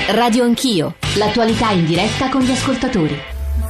Radio Anch'io, l'attualità in diretta con gli ascoltatori.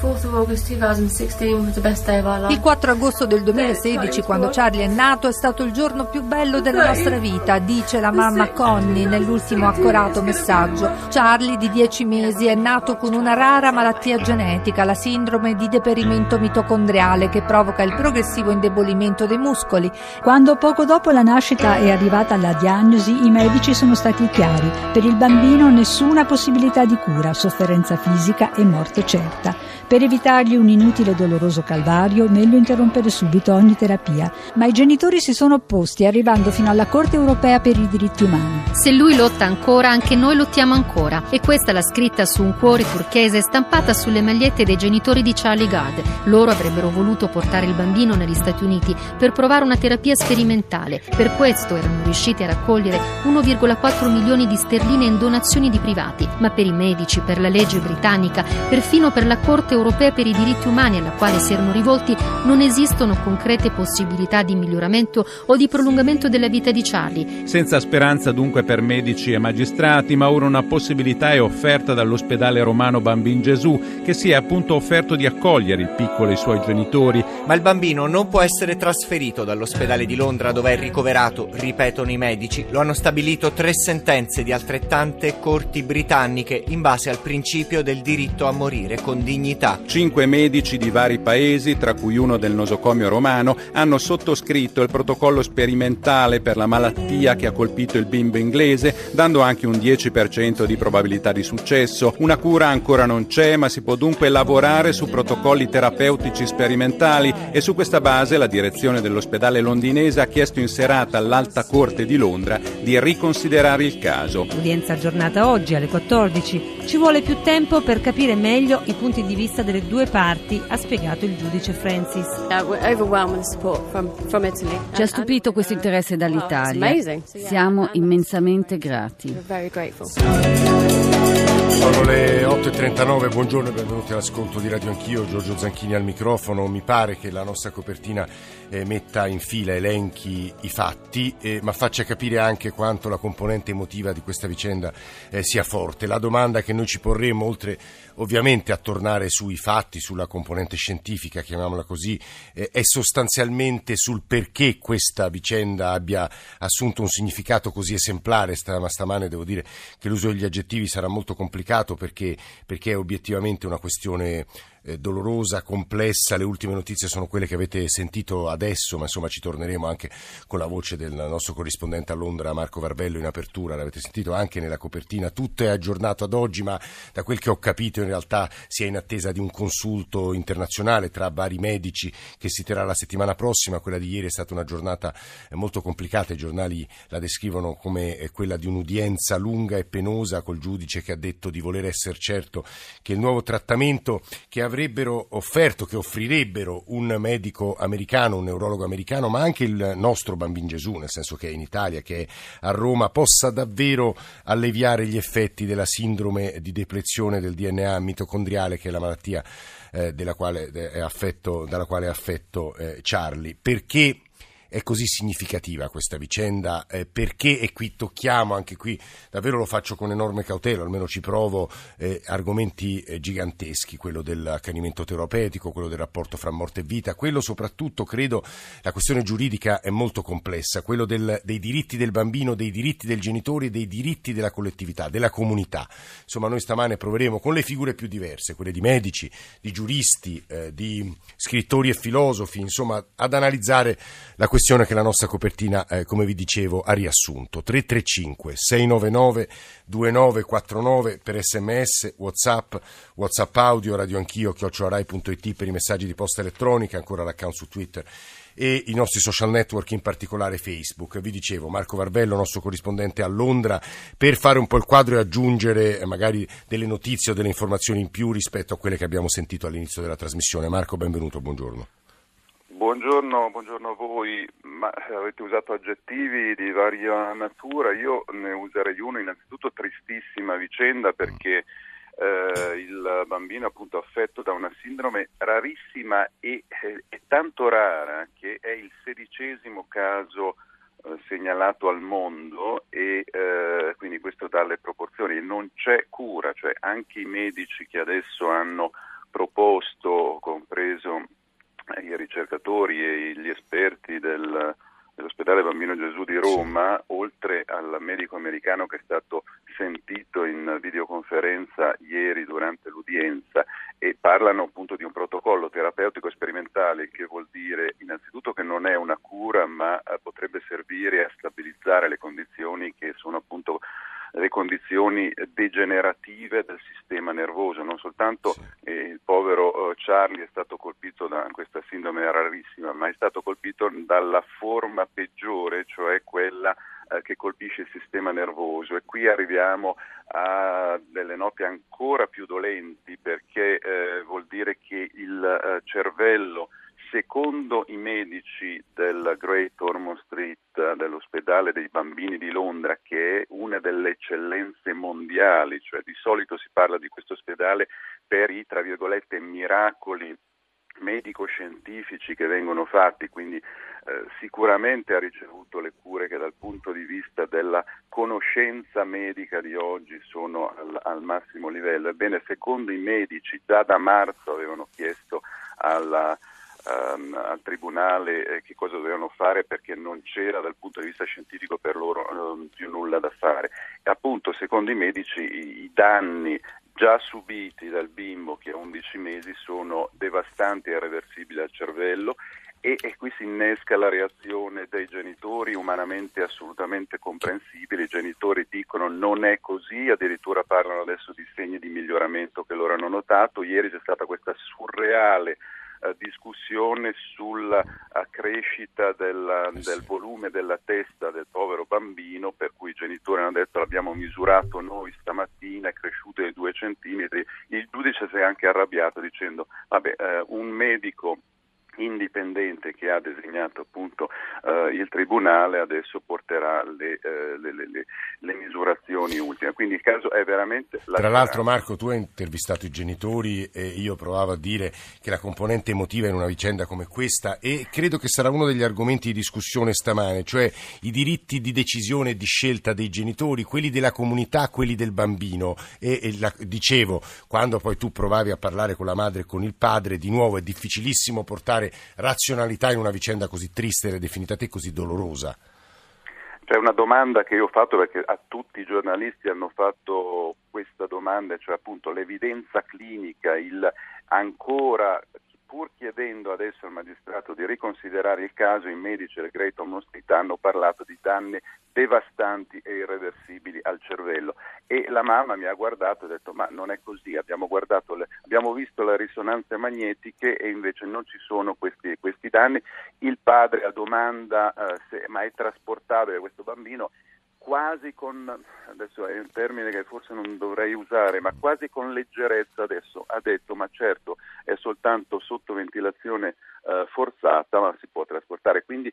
Il 4 agosto del 2016, quando Charlie è nato, è stato il giorno più bello della nostra vita, dice la mamma Connie nell'ultimo accorato messaggio. Charlie, di 10 mesi, è nato con una rara malattia genetica, la sindrome di deperimento mitocondriale, che provoca il progressivo indebolimento dei muscoli. Quando poco dopo la nascita è arrivata la diagnosi, i medici sono stati chiari: per il bambino nessuna possibilità di cura, sofferenza fisica e morte certa. Per evitargli un inutile e doloroso calvario, meglio interrompere subito ogni terapia. Ma i genitori si sono opposti, arrivando fino alla Corte europea per i diritti umani. Se lui lotta ancora, anche noi lottiamo ancora. E questa è la scritta su un cuore turchese stampata sulle magliette dei genitori di Charlie Gard. Loro avrebbero voluto portare il bambino negli Stati Uniti per provare una terapia sperimentale. Per questo erano riusciti a raccogliere 1,4 milioni di sterline in donazioni di privati. Ma per i medici, per la legge britannica, perfino per la Corte europea per i diritti umani alla quale si erano rivolti, non esistono concrete possibilità di miglioramento o di prolungamento della vita di Charlie. Senza speranza dunque per medici e magistrati, ma ora una possibilità è offerta dall'ospedale romano Bambin Gesù, che si è appunto offerto di accogliere il piccolo e i suoi genitori. Ma il bambino non può essere trasferito dall'ospedale di Londra dove è ricoverato, ripetono i medici. Lo hanno stabilito 3 sentenze di altrettante corti britanniche in base al principio del diritto a morire con dignità. 5 medici di vari paesi, tra cui uno del nosocomio romano, hanno sottoscritto il protocollo sperimentale per la malattia che ha colpito il bimbo inglese, dando anche un 10% di probabilità di successo. Una cura ancora non c'è, ma si può dunque lavorare su protocolli terapeutici sperimentali, e su questa base la direzione dell'ospedale londinese ha chiesto in serata all'Alta Corte di Londra di riconsiderare il caso. L'udienza aggiornata oggi alle 14. Ci vuole più tempo per capire meglio i punti di vista delle due parti, ha spiegato il giudice Francis. Ci ha stupito questo interesse dall'Italia. Siamo immensamente grati. Sono le 8.39, buongiorno e benvenuti all'ascolto di Radio Anch'io, Giorgio Zanchini al microfono. Mi pare che la nostra copertina metta in fila, elenchi i fatti, ma faccia capire anche quanto la componente emotiva di questa vicenda sia forte. La domanda che noi ci porremo, oltre ovviamente a tornare sui fatti, sulla componente scientifica, chiamiamola così, è sostanzialmente sul perché questa vicenda abbia assunto un significato così esemplare. Stamane devo dire che l'uso degli aggettivi sarà molto complicato perché è obiettivamente una questione dolorosa, complessa. Le ultime notizie sono quelle che avete sentito adesso, ma insomma ci torneremo anche con la voce del nostro corrispondente a Londra Marco Varvello in apertura. L'avete sentito anche nella copertina, tutto è aggiornato ad oggi, ma da quel che ho capito in realtà si è in attesa di un consulto internazionale tra vari medici che si terrà la settimana prossima. Quella di ieri è stata una giornata molto complicata, i giornali la descrivono come quella di un'udienza lunga e penosa, col giudice che ha detto di voler essere certo che il nuovo trattamento che avrebbero offerto, che offrirebbero un medico americano, un neurologo americano, ma anche il nostro Bambin Gesù, nel senso che è in Italia, che è a Roma, possa davvero alleviare gli effetti della sindrome di deplezione del DNA mitocondriale, che è la malattia dalla quale è affetto Charlie. Perché è così significativa questa vicenda, perché, e qui tocchiamo, anche qui davvero lo faccio con enorme cautela, almeno ci provo, argomenti giganteschi, quello dell'accanimento terapeutico, quello del rapporto fra morte e vita, quello soprattutto, credo, la questione giuridica è molto complessa, quello dei diritti del bambino, dei diritti del genitore, dei diritti della collettività, della comunità. Insomma, noi stamane proveremo con le figure più diverse, quelle di medici, di giuristi, di scrittori e filosofi, insomma, ad analizzare la questione che la nostra copertina, come vi dicevo, ha riassunto. 335 699 2949 per sms, whatsapp audio, radio anch'io @rai.it per i messaggi di posta elettronica, ancora l'account su Twitter e i nostri social network, in particolare Facebook. Vi dicevo, Marco Varvello, nostro corrispondente a Londra, per fare un po' il quadro e aggiungere magari delle notizie o delle informazioni in più rispetto a quelle che abbiamo sentito all'inizio della trasmissione. Marco, benvenuto, buongiorno. Buongiorno a voi, ma avete usato aggettivi di varia natura, io ne userei uno. Innanzitutto tristissima vicenda, perché il bambino appunto affetto da una sindrome rarissima e tanto rara che è il 16° caso segnalato al mondo e quindi questo dà le proporzioni. Non c'è cura, cioè anche i medici che adesso hanno proposto, compreso i ricercatori e gli esperti dell'ospedale Bambino Gesù di Roma, oltre al medico americano che è stato sentito in videoconferenza ieri durante l'udienza, e parlano appunto di un protocollo terapeutico sperimentale, che vuol dire innanzitutto che non è una cura, ma potrebbe servire a stabilizzare le condizioni che sono appunto le condizioni degenerative del sistema nervoso. Non soltanto il povero Charlie è stato colpito da questa sindrome rarissima, ma è stato colpito dalla forma peggiore, cioè quella che colpisce il sistema nervoso, e qui arriviamo a delle note ancora più dolenti, perché vuol dire che il cervello, secondo i medici del Great Ormond Street, dell'ospedale dei bambini di Londra, che è una delle eccellenze mondiali, cioè di solito si parla di questo ospedale per i, tra virgolette, miracoli medico-scientifici che vengono fatti, quindi sicuramente ha ricevuto le cure che dal punto di vista della conoscenza medica di oggi sono al massimo livello. Ebbene, secondo i medici, già da marzo avevano chiesto al tribunale che cosa dovevano fare, perché non c'era dal punto di vista scientifico per loro più nulla da fare. E appunto, secondo i medici, i danni già subiti dal bimbo che ha 11 mesi sono devastanti e irreversibili al cervello, e qui si innesca la reazione dei genitori, umanamente assolutamente comprensibile. I genitori dicono non è così, addirittura parlano adesso di segni di miglioramento che loro hanno notato. Ieri c'è stata questa surreale discussione sulla crescita del volume della testa del povero bambino, per cui i genitori hanno detto l'abbiamo misurato noi stamattina, è cresciuto di 2 centimetri. Il giudice si è anche arrabbiato dicendo un medico indipendente che ha designato appunto il tribunale adesso porterà le misurazioni ultime, quindi il caso è veramente Tra l'altro, Marco, tu hai intervistato i genitori e io provavo a dire che la componente emotiva in una vicenda come questa, e credo che sarà uno degli argomenti di discussione stamane, cioè i diritti di decisione e di scelta dei genitori, quelli della comunità, quelli del bambino, dicevo, quando poi tu provavi a parlare con la madre e con il padre, di nuovo è difficilissimo portare razionalità in una vicenda così triste e definita te così dolorosa. C'è una domanda che io ho fatto, perché a tutti i giornalisti hanno fatto questa domanda, cioè appunto l'evidenza clinica, ancora, pur chiedendo adesso al magistrato di riconsiderare il caso, i medici del Great Ormond Street hanno parlato di danni devastanti e irreversibili al cervello, e la mamma mi ha guardato e ha detto ma non è così, abbiamo visto le risonanze magnetiche e invece non ci sono questi danni. Il padre a domanda ma è trasportabile questo bambino, quasi con, adesso è un termine che forse non dovrei usare, ma quasi con leggerezza adesso ha detto ma certo è soltanto sotto ventilazione forzata, ma si può trasportare. Quindi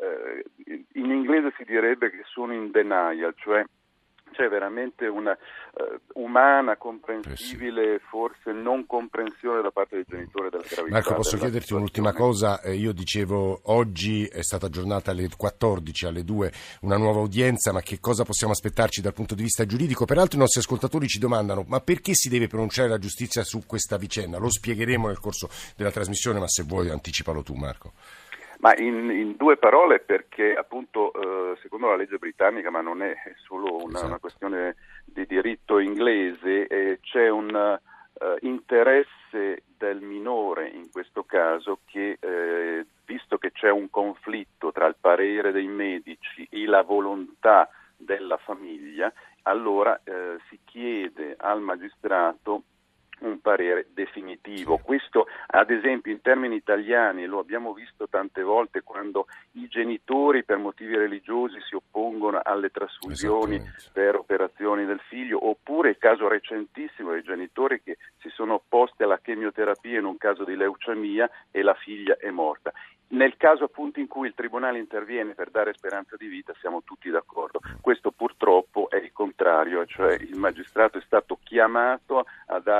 in inglese si direbbe che sono in denial, cioè c'è veramente una umana, comprensibile, forse non comprensione da parte del genitore della gravità. Marco, posso chiederti un'ultima cosa? Io dicevo, oggi è stata aggiornata alle 14, alle 2, una nuova udienza, ma che cosa possiamo aspettarci dal punto di vista giuridico? Peraltro i nostri ascoltatori ci domandano, ma perché si deve pronunciare la giustizia su questa vicenda? Lo spiegheremo nel corso della trasmissione, ma se vuoi anticipalo tu, Marco. Ma in 2 parole, perché appunto secondo la legge britannica, ma non è solo una questione di diritto inglese, c'è un interesse del minore in questo caso che, visto che c'è un conflitto tra il parere dei medici e la volontà della famiglia, allora si chiede al magistrato un parere definitivo. Questo ad esempio in termini italiani lo abbiamo visto tante volte, quando i genitori per motivi religiosi si oppongono alle trasfusioni per operazioni del figlio, oppure il caso recentissimo dei genitori che si sono opposti alla chemioterapia in un caso di leucemia e la figlia è morta. Nel caso appunto in cui il tribunale interviene per dare speranza di vita siamo tutti d'accordo. Questo purtroppo è il contrario, cioè il magistrato è stato chiamato a dare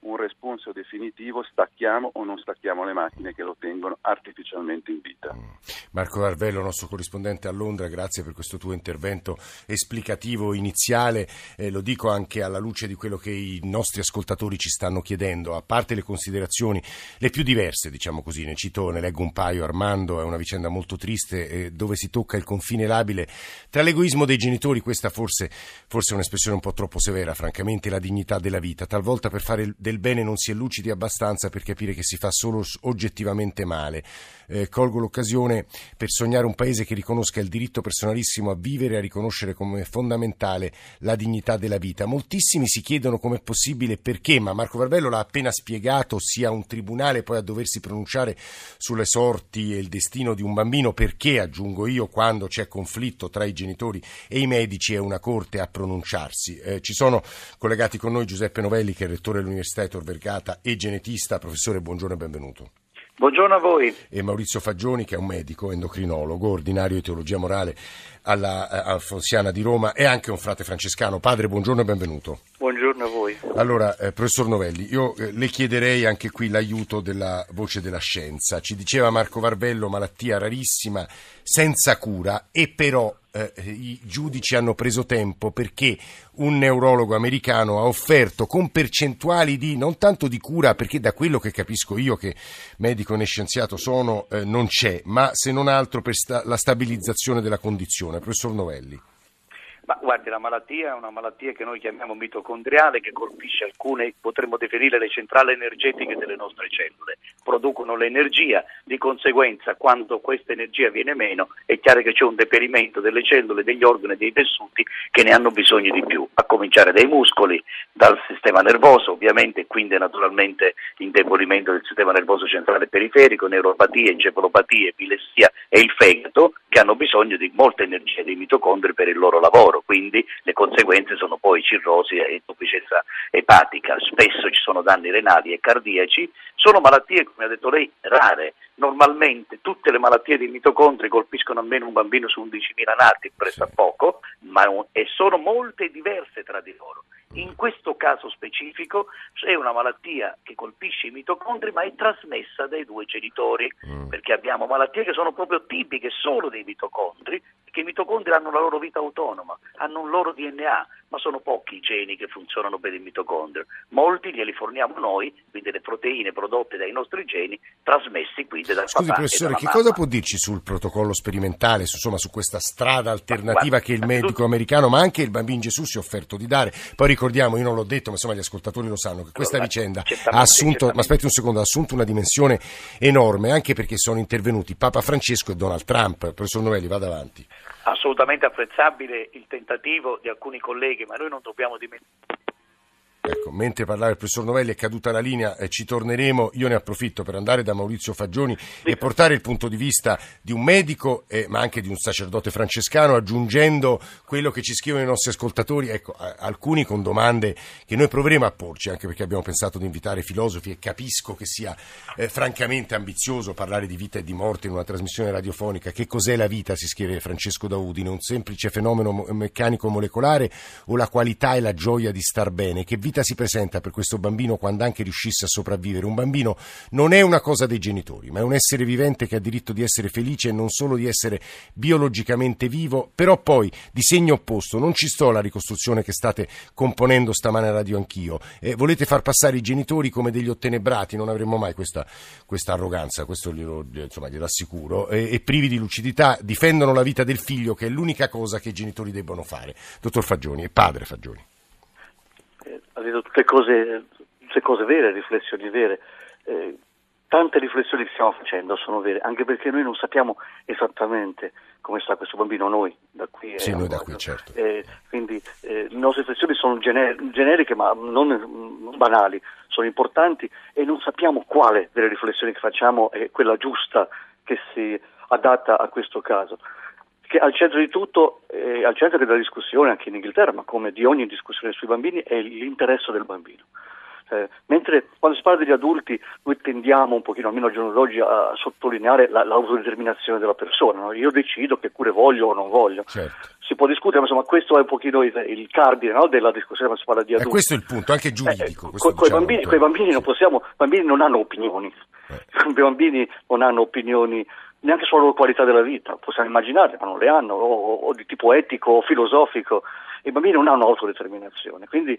un responso definitivo, stacchiamo o non stacchiamo le macchine che lo tengono artificialmente in vita. Marco Varvello, nostro corrispondente a Londra, grazie per questo tuo intervento esplicativo iniziale. Lo dico anche alla luce di quello che i nostri ascoltatori ci stanno chiedendo, a parte le considerazioni le più diverse, diciamo così, ne leggo un paio. Armando, è una vicenda molto triste dove si tocca il confine labile tra l'egoismo dei genitori, questa forse è un'espressione un po' troppo severa, francamente, la dignità della vita. Talvolta per fare del bene non si è lucidi abbastanza per capire che si fa solo oggettivamente male. Colgo l'occasione per sognare un paese che riconosca il diritto personalissimo a vivere e a riconoscere come fondamentale la dignità della vita. Moltissimi si chiedono com'è possibile e perché, ma Marco Varvello l'ha appena spiegato, sia un tribunale poi a doversi pronunciare sulle sorti e il destino di un bambino, perché, aggiungo io, quando c'è conflitto tra i genitori e i medici è una corte a pronunciarsi. Ci sono collegati con noi Giuseppe Novelli, che è rettore dell'Università Tor Vergata e genetista. Professore, buongiorno e benvenuto. Buongiorno a voi. E Maurizio Fagioni, che è un medico endocrinologo, ordinario di teologia morale alla Alfonsiana di Roma e anche un frate francescano. Padre, buongiorno e benvenuto. Buongiorno a voi. Allora, professor Novelli, io le chiederei anche qui l'aiuto della voce della scienza. Ci diceva Marco Varvello, malattia rarissima, senza cura, e però i giudici hanno preso tempo perché un neurologo americano ha offerto con percentuali di, non tanto di cura, perché da quello che capisco io, che medico né scienziato sono, non c'è, ma se non altro per la stabilizzazione della condizione. Professor Novelli. Ma guardi, la malattia è una malattia che noi chiamiamo mitocondriale, che colpisce alcune, potremmo definire le centrali energetiche delle nostre cellule, producono l'energia, di conseguenza quando questa energia viene meno è chiaro che c'è un deperimento delle cellule, degli organi e dei tessuti che ne hanno bisogno di più, a cominciare dai muscoli, dal sistema nervoso ovviamente, quindi naturalmente indebolimento del sistema nervoso centrale e periferico, neuropatie, encefalopatie, epilessia e il fegato, che hanno bisogno di molta energia dei mitocondri per il loro lavoro, quindi le conseguenze sono poi cirrosi e insufficienza epatica, spesso ci sono danni renali e cardiaci, sono malattie, come ha detto lei, rare. Normalmente tutte le malattie dei mitocondri colpiscono almeno un bambino su 11.000 nati, pressappoco, e sono molte diverse tra di loro. In questo caso specifico è una malattia che colpisce i mitocondri, ma è trasmessa dai due genitori, perché abbiamo malattie che sono proprio tipiche solo dei mitocondri, perché i mitocondri hanno la loro vita autonoma, hanno un loro DNA, ma sono pochi i geni che funzionano per il mitocondrio. Molti glieli forniamo noi, quindi le proteine prodotte dai nostri geni, trasmessi quindi dal Scusi, papà professore, e che dalla cosa mamma. può dirci sul protocollo sperimentale, su questa strada alternativa che il medico americano, ma anche il Bambino Gesù si è offerto di dare? Poi ricordiamo, io non l'ho detto, ma insomma gli ascoltatori lo sanno, che questa vicenda ha assunto, ma aspetti un secondo, ha assunto una dimensione enorme, anche perché sono intervenuti Papa Francesco e Donald Trump. Professor Novelli, vada avanti. Assolutamente apprezzabile il tentativo di alcuni colleghi, ma noi non dobbiamo dimenticare. Ecco, mentre parlava il professor Novelli è caduta la linea, ci torneremo. Io ne approfitto per andare da Maurizio Fagioni e portare il punto di vista di un medico, ma anche di un sacerdote francescano, aggiungendo quello che ci scrivono i nostri ascoltatori, ecco, alcuni con domande che noi proveremo a porci, anche perché abbiamo pensato di invitare filosofi e capisco che sia francamente ambizioso parlare di vita e di morte in una trasmissione radiofonica. Che cos'è la vita, si scrive Francesco da Udine, un semplice fenomeno meccanico molecolare o la qualità e la gioia di star bene? Che vita si presenta per questo bambino quando anche riuscisse a sopravvivere? Un bambino non è una cosa dei genitori, ma è un essere vivente che ha diritto di essere felice e non solo di essere biologicamente vivo. Però poi, di segno opposto, non ci sto alla ricostruzione che state componendo stamane a Radio Anch'io. Volete far passare i genitori come degli ottenebrati, non avremmo mai questa arroganza, questo glielo assicuro, e privi di lucidità, difendono la vita del figlio, che è l'unica cosa che i genitori debbono fare. Dottor Fagioni, e padre Fagioni. Ha detto tutte cose vere, riflessioni vere. Tante riflessioni che stiamo facendo sono vere, anche perché noi non sappiamo esattamente come sta questo bambino, noi da qui. Sì, noi da qui, certo. Quindi le nostre riflessioni sono generiche, ma non banali, sono importanti, e non sappiamo quale delle riflessioni che facciamo è quella giusta, che si adatta a questo caso. Che al centro di tutto, al centro della discussione anche in Inghilterra, ma come di ogni discussione sui bambini, è l'interesse del bambino. Mentre quando si parla degli adulti noi tendiamo un pochino, almeno al giorno d'oggi, a sottolineare l'autodeterminazione della persona, no? Io decido che cure voglio o non voglio. Certo. Si può discutere, ma insomma questo è un pochino il cardine, no, della discussione quando si parla di adulti. Questo è il punto, anche giuridico. Coi bambini non possiamo, i bambini non hanno opinioni, i bambini non hanno opinioni neanche sulla loro qualità della vita, possiamo immaginare, ma non le hanno, o di tipo etico o filosofico. I bambini non hanno autodeterminazione, quindi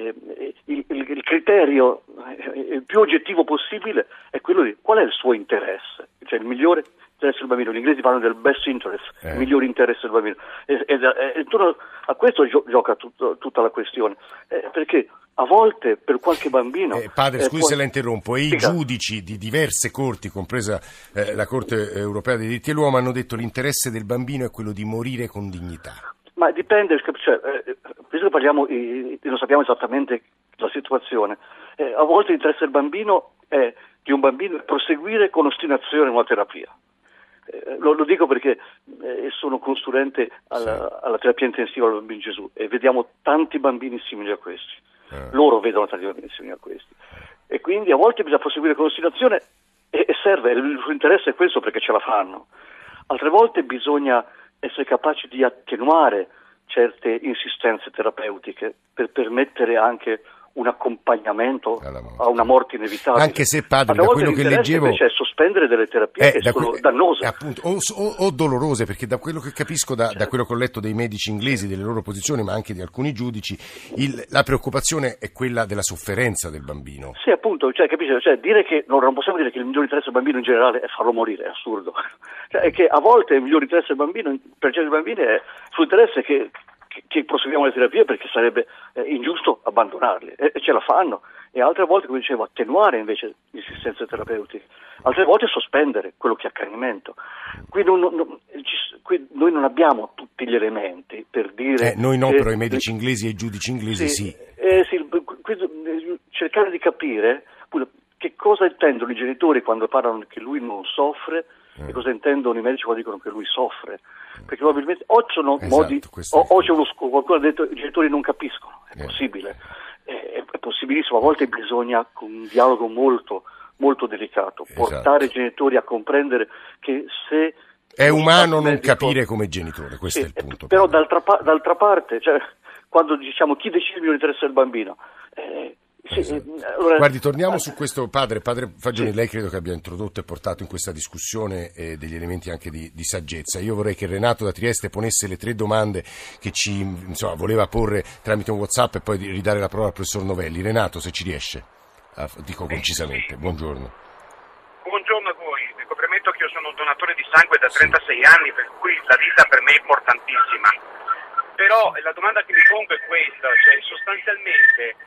il criterio più oggettivo possibile è quello di qual è il suo interesse, cioè il migliore interesse del bambino. Gli inglesi parlano del best interest, il migliore interesse del bambino, e intorno a questo gioca tutta la questione, perché a volte per qualche bambino... Padre, scusi se la interrompo, i giudici di diverse corti, compresa la Corte Europea dei diritti dell'uomo, hanno detto l'interesse del bambino è quello di morire con dignità. Ma dipende, cioè, visto che parliamo e non sappiamo esattamente la situazione, a volte l'interesse del bambino è di un bambino proseguire con ostinazione una terapia. Lo dico perché sono consulente alla terapia intensiva al Bambino Gesù e vediamo tanti bambini simili a questi. Loro vedono tanti bambini simili a questi. E quindi a volte bisogna proseguire con ostinazione e serve, il suo interesse è questo perché ce la fanno. Altre volte bisogna essere capaci di attenuare certe insistenze terapeutiche per permettere anche un accompagnamento a una morte inevitabile. Anche se, padre, da quello che leggevo, invece è sospendere delle terapie che sono dannose, appunto, o dolorose, perché da quello che capisco, da quello che ho letto dei medici inglesi, delle loro posizioni, ma anche di alcuni giudici, la preoccupazione è quella della sofferenza del bambino. Sì, appunto, cioè, capisci? Cioè, dire che non possiamo dire che il miglior interesse del bambino in generale è farlo morire, è assurdo. Cioè, è che a volte il miglior interesse del bambino, per certi bambini, è suo interesse che proseguiamo le terapie perché sarebbe ingiusto abbandonarli, e ce la fanno, e altre volte, come dicevo, attenuare invece l'insistenza terapeutica, altre volte sospendere quello che è accanimento. Qui noi non abbiamo tutti gli elementi per dire... noi no, però i medici inglesi e i giudici inglesi sì. Cercare di capire che cosa intendono i genitori quando parlano che lui non soffre e cosa intendono i medici quando dicono che lui soffre. Perché probabilmente o sono modi o c'è qualcuno ha detto i genitori non capiscono, è possibile, è possibilissimo, a volte bisogna con un dialogo molto molto delicato portare i genitori a comprendere che se è umano non capire come genitore, questo è il punto. Però d'altra parte, cioè, quando diciamo chi decide il miglior interesse del bambino, allora... Guardi, torniamo su questo, padre Fagioni, lei credo che abbia introdotto e portato in questa discussione degli elementi anche di saggiezza. Io vorrei che Renato da Trieste ponesse le 3 domande che ci voleva porre tramite un WhatsApp e poi ridare la parola al professor Novelli. Renato, se ci riesce, dico concisamente. Buongiorno. Buongiorno a voi. Premetto che io sono un donatore di sangue da 36 anni, per cui la vita per me è importantissima. Però la domanda che mi pongo è questa, cioè sostanzialmente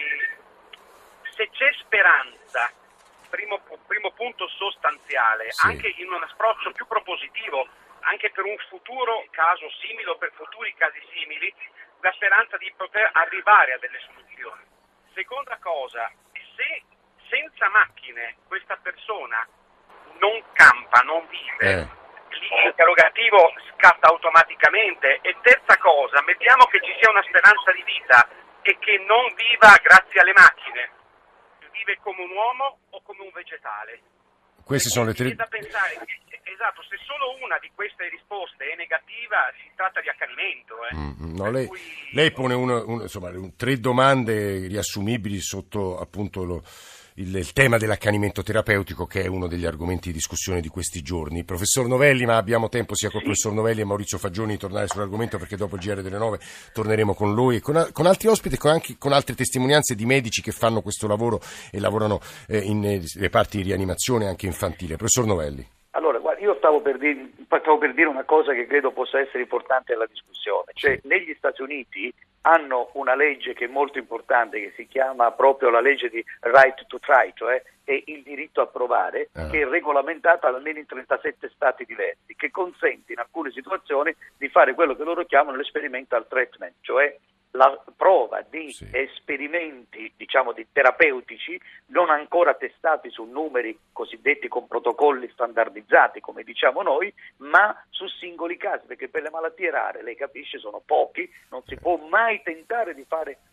se c'è speranza, primo punto sostanziale, anche in un approccio più propositivo, anche per un futuro caso simile o per futuri casi simili, la speranza di poter arrivare a delle soluzioni. Seconda cosa, se senza macchine questa persona non campa, non vive, l'interrogativo scatta automaticamente. E terza cosa, mettiamo che ci sia una speranza di vita e che non viva grazie alle macchine, vive come un uomo o come un vegetale. Queste sono le 3. Da pensare che, esatto, se solo una di queste risposte è negativa, si tratta di accanimento. No, lei pone 3 domande riassumibili sotto appunto il tema dell'accanimento terapeutico, che è uno degli argomenti di discussione di questi giorni. Professor Novelli, ma abbiamo tempo sia col professor Novelli e Maurizio Fagioni di tornare sull'argomento, perché dopo il GR delle 9 torneremo con lui e con altri ospiti e anche con altre testimonianze di medici che fanno questo lavoro e lavorano in reparti di rianimazione anche infantile. Professor Novelli. Allora, guarda, io stavo per dire una cosa che credo possa essere importante alla discussione, cioè negli Stati Uniti hanno una legge che è molto importante, che si chiama proprio la legge di right to try, cioè è il diritto a provare, che è regolamentata almeno in 37 stati diversi, che consente in alcune situazioni di fare quello che loro chiamano l'experimental treatment, cioè la prova di esperimenti, diciamo, di terapeutici non ancora testati su numeri cosiddetti con protocolli standardizzati, come diciamo noi, ma su singoli casi, perché per le malattie rare, lei capisce, sono pochi, non si può mai tentare di fare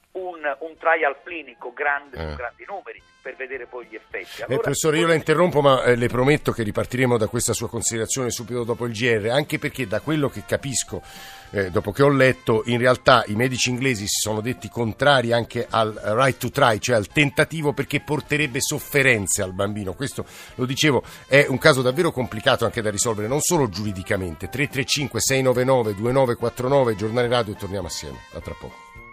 un trial clinico grande su grandi numeri per vedere poi gli effetti. Allora, professore, io la interrompo, ma le prometto che ripartiremo da questa sua considerazione subito dopo il GR, anche perché da quello che capisco, dopo che ho letto, in realtà i medici inglesi si sono detti contrari anche al right to try, cioè al tentativo, perché porterebbe sofferenze al bambino. Questo, lo dicevo, è un caso davvero complicato anche da risolvere, non solo giuridicamente. 335 699 2949, Giornale Radio, e torniamo assieme. A tra poco.